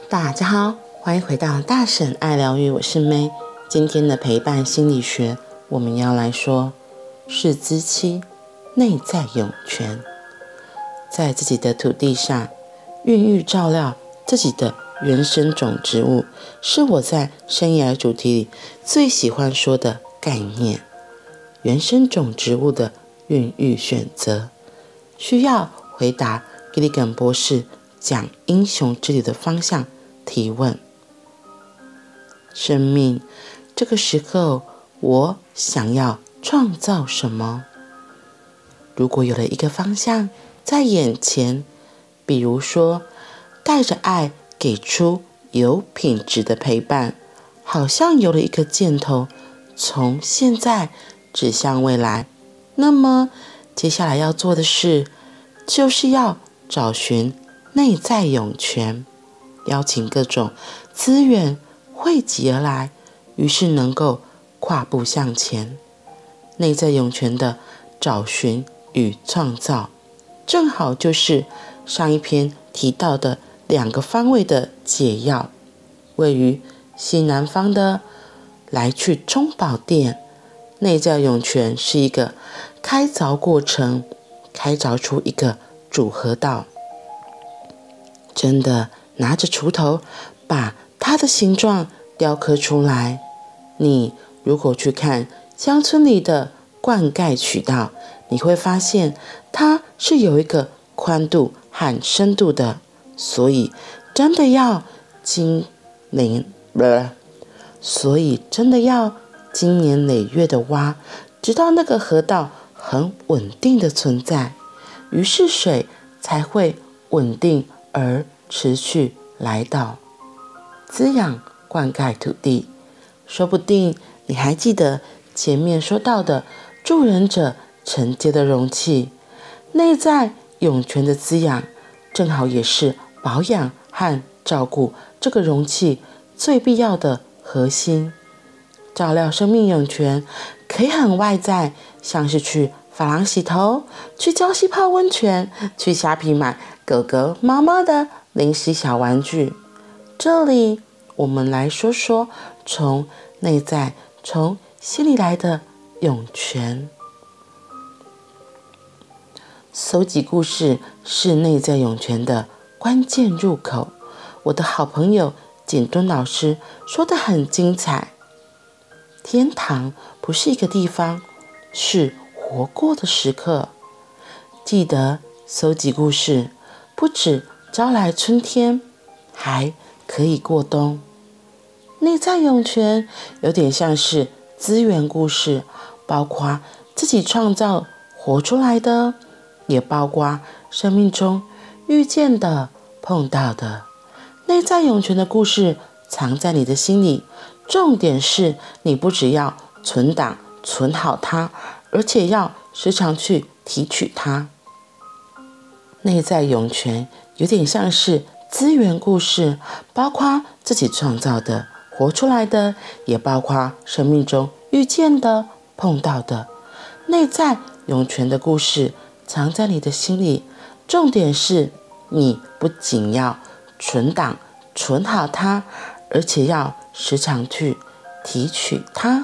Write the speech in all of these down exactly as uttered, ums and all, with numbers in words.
大家好，欢迎回到大婶爱疗愈，我是 May。今天的陪伴心理学，我们要来说是资期内在涌泉，在自己的土地上孕育照料自己的原生种植物，是我在生涯主题里最喜欢说的概念。原生种植物的孕育选择，需要回答吉利根博士讲英雄之旅的方向提问。生命这个时刻，我想要创造什么？如果有了一个方向在眼前，比如说带着爱给出有品质的陪伴，好像有了一个箭头，从现在指向未来，那么接下来要做的事，就是要找寻内在涌泉，邀请各种资源汇集而来，于是能够跨步向前。内在涌泉的找寻与创造，正好就是上一篇提到的两个方位的解药。位于西南方的来去中宝殿，内在涌泉是一个开凿过程，开凿出一个主河道。真的拿着锄头把它的形状雕刻出来。你如果去看乡村里的灌溉渠道，你会发现它是有一个宽度和深度的，所以真的要经年所以真的要经年累月的挖，直到那个河道很稳定的存在，于是水才会稳定而持续来到，滋养灌溉土地。说不定你还记得前面说到的助人者承接的容器，内在涌泉的滋养，正好也是保养和照顾这个容器最必要的核心。照料生命涌泉可以很外在，像是去发廊洗头，去礁溪泡温泉，去虾皮买狗狗猫猫的零食小玩具。这里我们来说说从内在从心里来的涌泉。搜集故事是内在涌泉的关键入口。我的好朋友简敦老师说得很精彩，天堂不是一个地方，是活过的时刻。记得搜集故事不只招来春天，还可以过冬。内在涌泉有点像是资源故事，包括自己创造活出来的，也包括生命中遇见的碰到的。内在涌泉的故事藏在你的心里，重点是你不只要存档存好它，而且要时常去提取它。内在涌泉有点像是资源故事，包括自己创造的活出来的，也包括生命中遇见的碰到的。内在涌泉的故事藏在你的心里，重点是你不仅要存档存好它，而且要时常去提取它。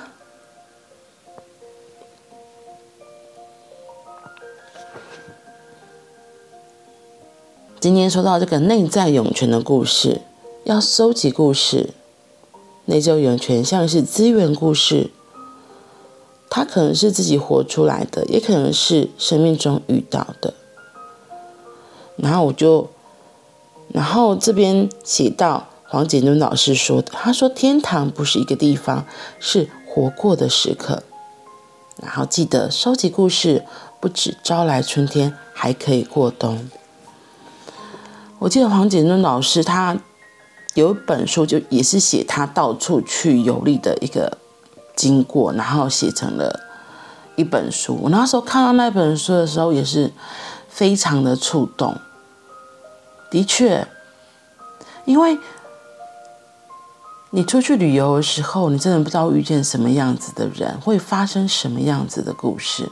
今天说到这个内在涌泉的故事，要收集故事。内在涌泉像是资源故事，它可能是自己活出来的，也可能是生命中遇到的。然后我就，然后这边写到黄简敦老师说的，他说天堂不是一个地方，是活过的时刻。然后记得收集故事，不只招来春天，还可以过冬。我记得黄简敦老师他有一本书，就也是写他到处去游历的一个经过，然后写成了一本书。我那时候看到那本书的时候，也是非常的触动。的确，因为你出去旅游的时候，你真的不知道遇见什么样子的人，会发生什么样子的故事。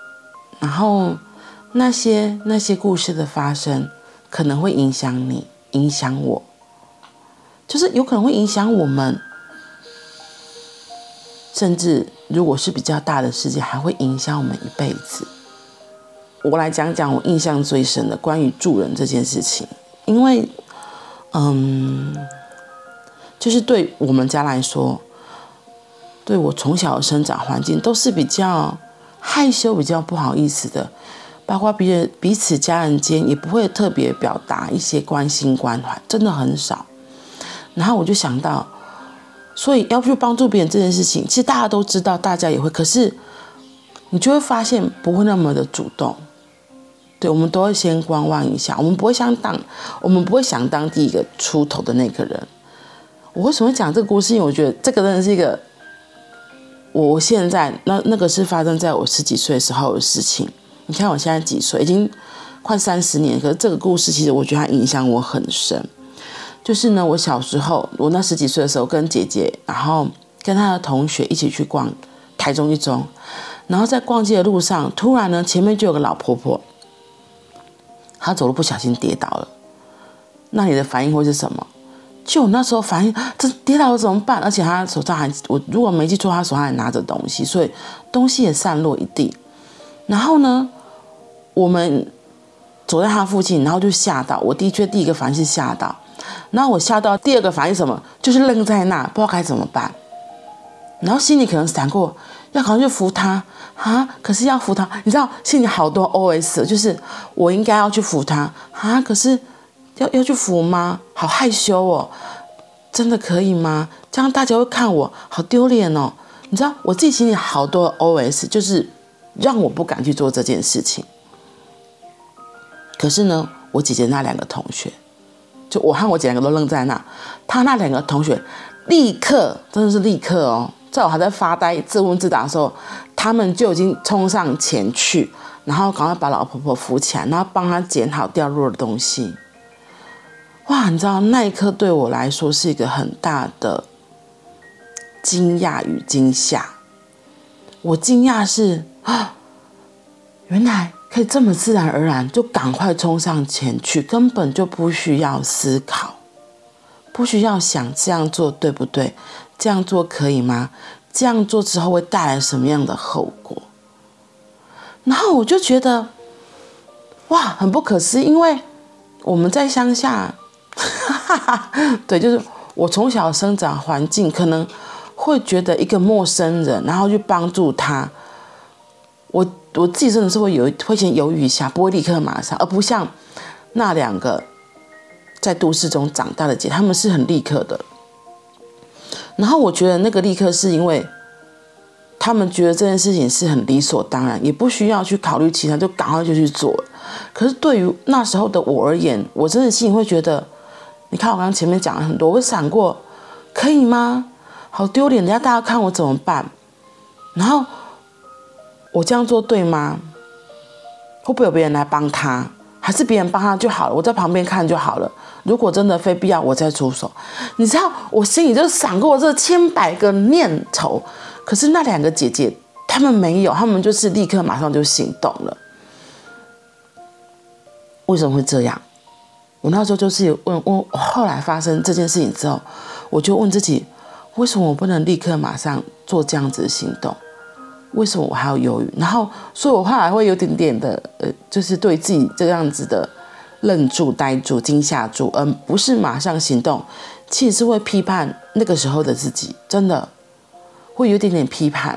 然后那些那些故事的发生，可能会影响你， 影响我，就是有可能会影响我们，甚至如果是比较大的事件，还会影响我们一辈子。我来讲讲我印象最深的关于助人这件事情，因为，嗯，就是对我们家来说，对我从小的生长环境都是比较害羞、比较不好意思的。包括彼人彼此家人间也不会特别表达一些关心关怀，真的很少。然后我就想到，所以要去帮助别人这件事情，其实大家都知道，大家也会，可是你就会发现不会那么的主动。对，我们都会先观望一下，我们不会想当，我们不会想当第一个出头的那个人。我为什么会讲这个故事？因为我觉得这个真的是一个，我现在那那个是发生在我十几岁的时候的事情。你看我现在几岁，已经快三十年，可是这个故事其实我觉得它影响我很深。就是呢，我小时候，我那十几岁的时候，跟姐姐，然后跟她的同学一起去逛台中一中，然后在逛街的路上，突然呢，前面就有个老婆婆，她走路不小心跌倒了。那你的反应会是什么？就我那时候反应，这跌倒了怎么办？而且她手上还，我如果没记错，她手上还拿着东西，所以东西也散落一地。然后呢，我们走在他附近，然后就吓到。我的确第一个反应是吓到，然后我吓到第二个反应是什么？就是愣在那，不知道该怎么办。然后心里可能闪过，要赶快去扶他啊！可是要扶他，你知道心里好多 O S， 就是我应该要去扶他啊，可是要要去扶吗？好害羞哦，真的可以吗？这样大家会看我，好丢脸哦。你知道我自己心里好多 O S， 就是让我不敢去做这件事情。可是呢，我姐姐那两个同学，就我和我姐两个都愣在那，她那两个同学立刻，真的是立刻哦，在我还在发呆自问自答的时候，他们就已经冲上前去，然后赶快把老婆婆扶起来，然后帮她捡好掉落的东西。哇，你知道那一刻对我来说是一个很大的惊讶与惊吓。我惊讶是啊，原来可以这么自然而然就赶快冲上前去，根本就不需要思考，不需要想这样做对不对，这样做可以吗？这样做之后会带来什么样的后果？然后我就觉得，哇，很不可思议，因为我们在乡下，对，就是我从小生长环境可能会觉得一个陌生人，然后去帮助他，我我自己真的是会有会先犹豫一下，不会立刻马上，而不像那两个在都市中长大的姐，他们是很立刻的。然后我觉得那个立刻是因为他们觉得这件事情是很理所当然，也不需要去考虑其他，就赶快就去做。可是对于那时候的我而言，我真的心里会觉得，你看我刚刚前面讲了很多，我闪过，可以吗？好丢脸，人家大家看我怎么办？然后我这样做对吗？会不会有别人来帮他？还是别人帮他就好了，我在旁边看就好了。如果真的非必要，我再出手。你知道，我心里就闪过这千百个念头。可是那两个姐姐，她们没有，她们就是立刻马上就行动了。为什么会这样？我那时候就是问问，后来发生这件事情之后，我就问自己，为什么我不能立刻马上做这样子的行动？为什么我还要犹豫？然后，所以我后来会有点点的，呃，就是对自己这样子的愣住、呆住、惊吓住，而不是马上行动，其实是会批判那个时候的自己，真的会有点点批判，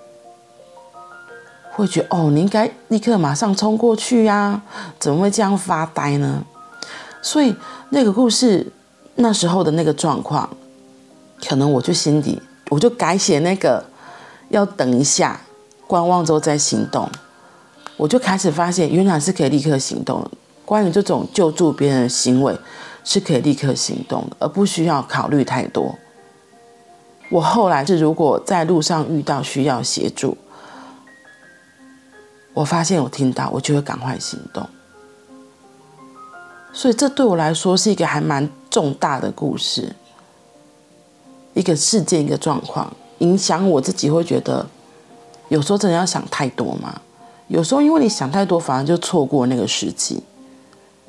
会觉得哦，你应该立刻马上冲过去呀、啊，怎么会这样发呆呢？所以那个故事那时候的那个状况，可能我就心底我就改写那个。要等一下，观望之后再行动，我就开始发现，原来是可以立刻行动的。关于这种救助别人的行为，是可以立刻行动的，而不需要考虑太多。我后来是，如果在路上遇到需要协助，我发现我听到，我就会赶快行动。所以这对我来说是一个还蛮重大的故事，一个事件，一个状况。影响我自己会觉得，有时候真的要想太多嘛。有时候因为你想太多，反而就错过那个时机。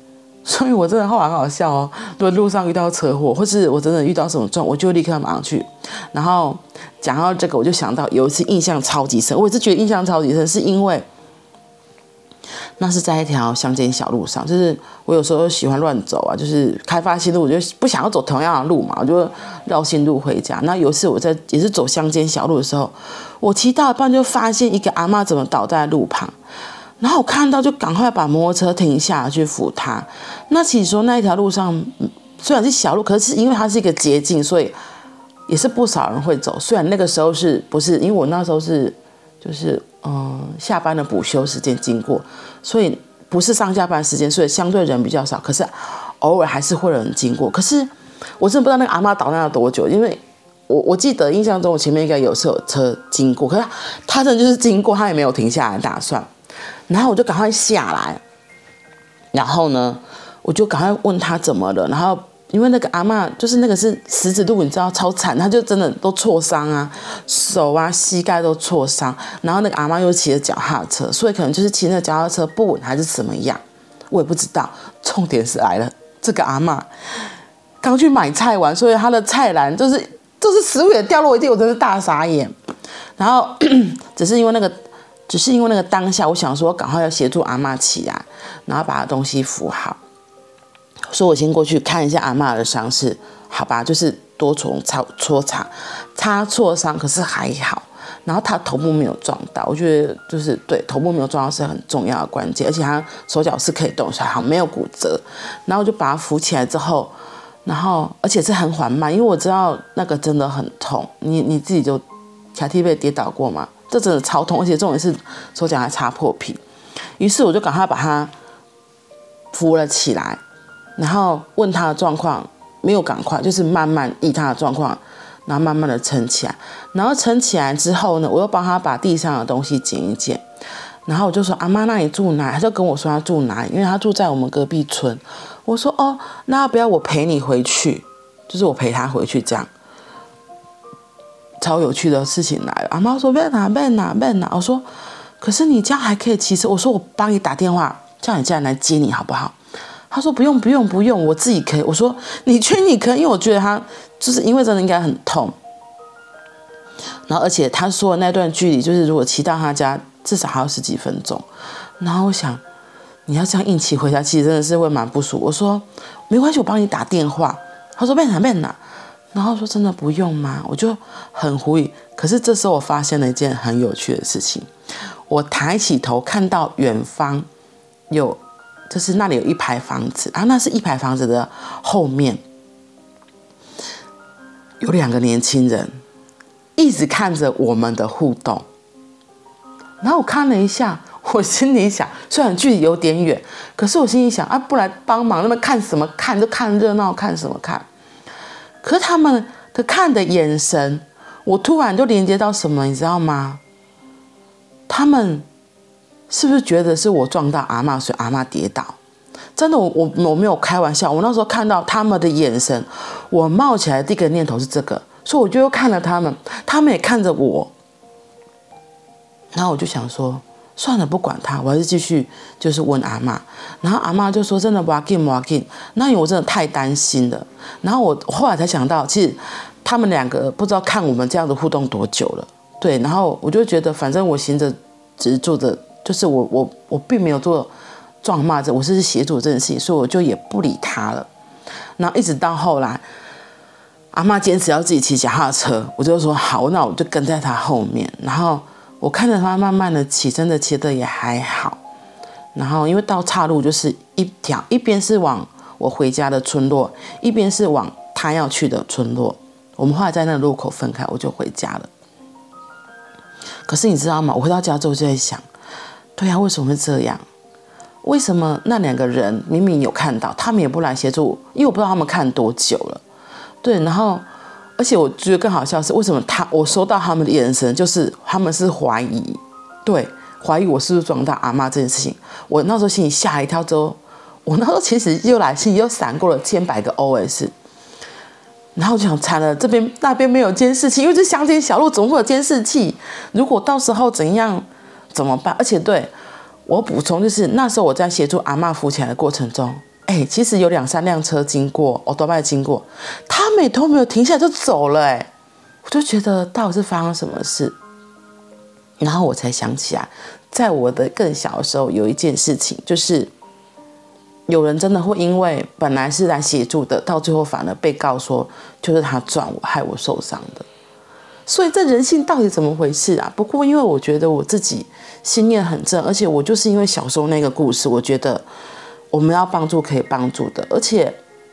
所以我真的后来很好笑哦。如果路上遇到车祸，或是我真的遇到什么状，我就立刻马上去。然后讲到这个，我就想到有一次印象超级深，我也是觉得印象超级深，是因为那是在一条乡间小路上，就是我有时候喜欢乱走啊，就是开发新路，我就不想要走同样的路嘛，我就绕新路回家。那有一次我在也是走乡间小路的时候，我骑到一半就发现一个阿嬷怎么倒在路旁。然后我看到就赶快把摩托车停下去扶他。那其实说那一条路上虽然是小路，可是因为它是一个捷径，所以也是不少人会走。虽然那个时候是不是因为我那时候是就是嗯下班的补休时间经过，所以不是上下班时间，所以相对人比较少。可是偶尔还是会有人经过。可是我真的不知道那个阿嬷倒那了多久，因为我我记得印象中我前面应该有是有车经过，可是他真的就是经过，他也没有停下来打算。然后我就赶快下来，然后呢，我就赶快问他怎么了。然后因为那个阿嬷就是那个是石子路，你知道超惨，他就真的都挫伤啊，手啊、膝盖都挫伤。然后那个阿嬷又骑着脚踏车，所以可能就是骑那个脚踏车不稳还是怎么样，我也不知道。重点是来了，这个阿嬷刚去买菜完，所以他的菜篮就是就是食物也掉落一地，我真是大傻眼。然后只是因为那个。只是因为那个当下，我想说赶快要协助阿嬷起来，然后把她东西扶好，所以我先过去看一下阿嬷的伤势，好吧，就是多重擦挫擦擦挫伤，可是还好。然后她头部没有撞到，我觉得就是对头部没有撞到是很重要的关键，而且她手脚是可以动，还好没有骨折。然后我就把她扶起来之后，然后而且是很缓慢，因为我知道那个真的很痛。你你自己就卡蒂被跌倒过吗？这真的超痛，而且重点是手脚还擦破皮。于是我就赶快把他扶了起来，然后问他的状况，没有赶快，就是慢慢依他的状况，然后慢慢的撑起来。然后撑起来之后呢，我又帮他把地上的东西捡一捡。然后我就说：“阿妈，那你住哪里？”他就跟我说他住哪里，因为他住在我们隔壁村。我说：“哦，那要不要我陪你回去？就是我陪他回去这样。”超有趣的事情来了，阿妈说别拿别拿别拿，我说可是你这样还可以骑车，我说我帮你打电话叫你家人来接你好不好？他说不用不用不用，我自己可以。我说你确定你可以？因为我觉得他就是因为真的应该很痛，然后而且他说的那段距离就是如果骑到他家至少还要十几分钟，然后我想你要这样硬骑回家，其实真的是会蛮不舒服。我说没关系，我帮你打电话。他说别拿别拿。然后说真的不用吗？我就很狐疑。可是这时候我发现了一件很有趣的事情，我抬起头看到远方有，就是那里有一排房子，然后那是一排房子的后面有两个年轻人一直看着我们的互动。然后我看了一下，我心里想，虽然距离有点远，可是我心里想啊，不来帮忙，那么看什么看？就看热闹，看什么看？可是他们的看的眼神，我突然就连接到什么，你知道吗？他们是不是觉得是我撞到阿嬷，所以阿嬷跌倒？真的，我我我没有开玩笑。我那时候看到他们的眼神，我冒起来的第一个念头是这个，所以我就又看了他们，他们也看着我。然后我就想说，算了，不管他，我还是继续就是问阿嬷。然后阿嬷就说：“真的不要紧，不要紧。”那因为我真的太担心了。然后我后来才想到，其实他们两个不知道看我们这样的互动多久了。对，然后我就觉得，反正我行着只是做着，就是我我我并没有做撞骂着，我是协助这件事情，所以我就也不理他了。然后一直到后来，阿嬷坚持要自己骑脚踏车，我就说好，那我就跟在他后面。然后我看着他慢慢的骑，真的骑得也还好。然后因为到岔路就是一条，一边是往我回家的村落，一边是往他要去的村落。我们后来在那个路口分开，我就回家了。可是你知道吗？我回到家之后就在想，对啊，为什么会这样？为什么那两个人明明有看到，他们也不来协助？因为我不知道他们看多久了。对，然后而且我觉得更好笑的是，为什么他我收到他们的眼神，就是他们是怀疑，对，怀疑我是不是撞到阿嬷这件事情。我那时候心里吓一跳之后，我那时候其实又来心里又闪过了千百个 O S。然后我就想惨了，这边那边没有监视器，因为这乡间小路怎么会有监视器？如果到时候怎样怎么办？而且对我补充就是，那时候我在协助阿嬷扶起来的过程中， 哎，其实有两三辆车经过，欧多拜经过，他们也都没有停下来就走了，哎，我就觉得到底是发生什么事？然后我才想起来，在我的更小的时候，有一件事情，就是有人真的会因为本来是来协助的，到最后反而被告说就是他撞我，害我受伤的。所以这人性到底怎么回事啊？不过因为我觉得我自己心念很正，而且我就是因为小时候那个故事，我觉得我们要帮助可以帮助的，而且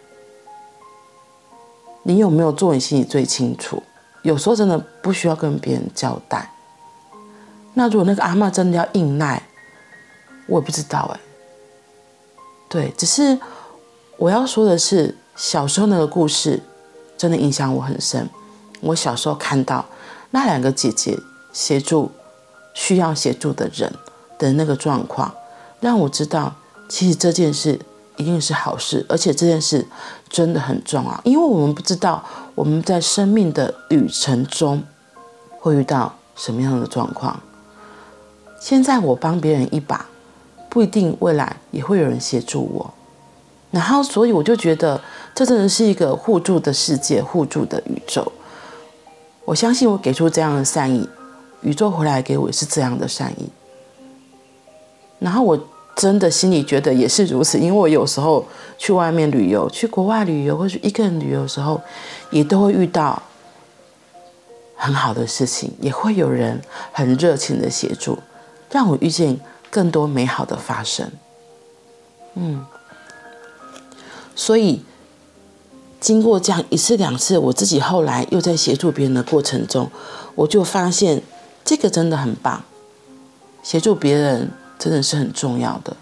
你有没有做，你心里最清楚。有时候真的不需要跟别人交代。那如果那个阿嬷真的要硬赖，我也不知道哎。对，只是我要说的是，小时候那个故事真的影响我很深。我小时候看到那两个姐姐协助需要协助的人的那个状况，让我知道，其实这件事一定是好事，而且这件事真的很重要，因为我们不知道我们在生命的旅程中会遇到什么样的状况。现在我帮别人一把，不一定未来也会有人协助我。然后，所以我就觉得这真的是一个互助的世界，互助的宇宙。我相信我给出这样的善意，宇宙回来给我也是这样的善意。然后我真的心里觉得也是如此，因为我有时候去外面旅游，去国外旅游，或者一个人旅游的时候，也都会遇到很好的事情，也会有人很热情的协助，让我遇见更多美好的发生。嗯，所以经过这样一次两次，我自己后来又在协助别人的过程中，我就发现这个真的很棒，协助别人真的是很重要的。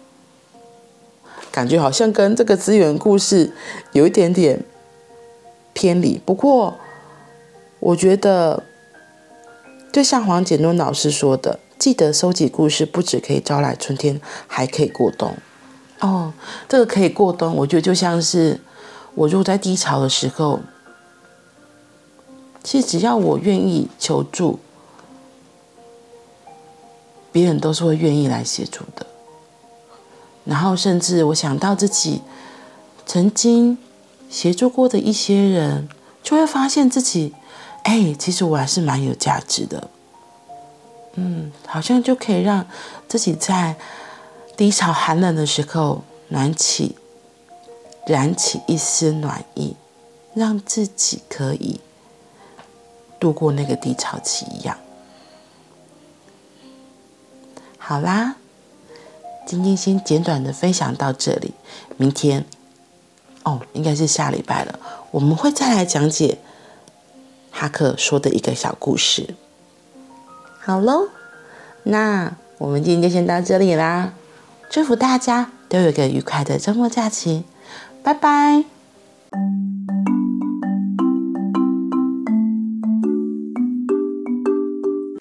感觉好像跟这个资源故事有一点点偏离，不过我觉得就像黄简敦老师说的，记得收集故事不只可以招来春天，还可以过冬。哦，这个可以过冬，我觉得就像是我如果在低潮的时候，其实只要我愿意求助，别人都是会愿意来协助的。然后甚至我想到自己曾经协助过的一些人，就会发现自己，哎，其实我还是蛮有价值的。嗯，好像就可以让自己在低潮寒冷的时候暖起燃起一丝暖意，让自己可以度过那个低潮期一样。好啦，今天先简短的分享到这里，明天哦，应该是下礼拜了，我们会再来讲解哈克说的一个小故事。好咯，那我们今天就先到这里啦，祝福大家都有一个愉快的周末假期，拜拜。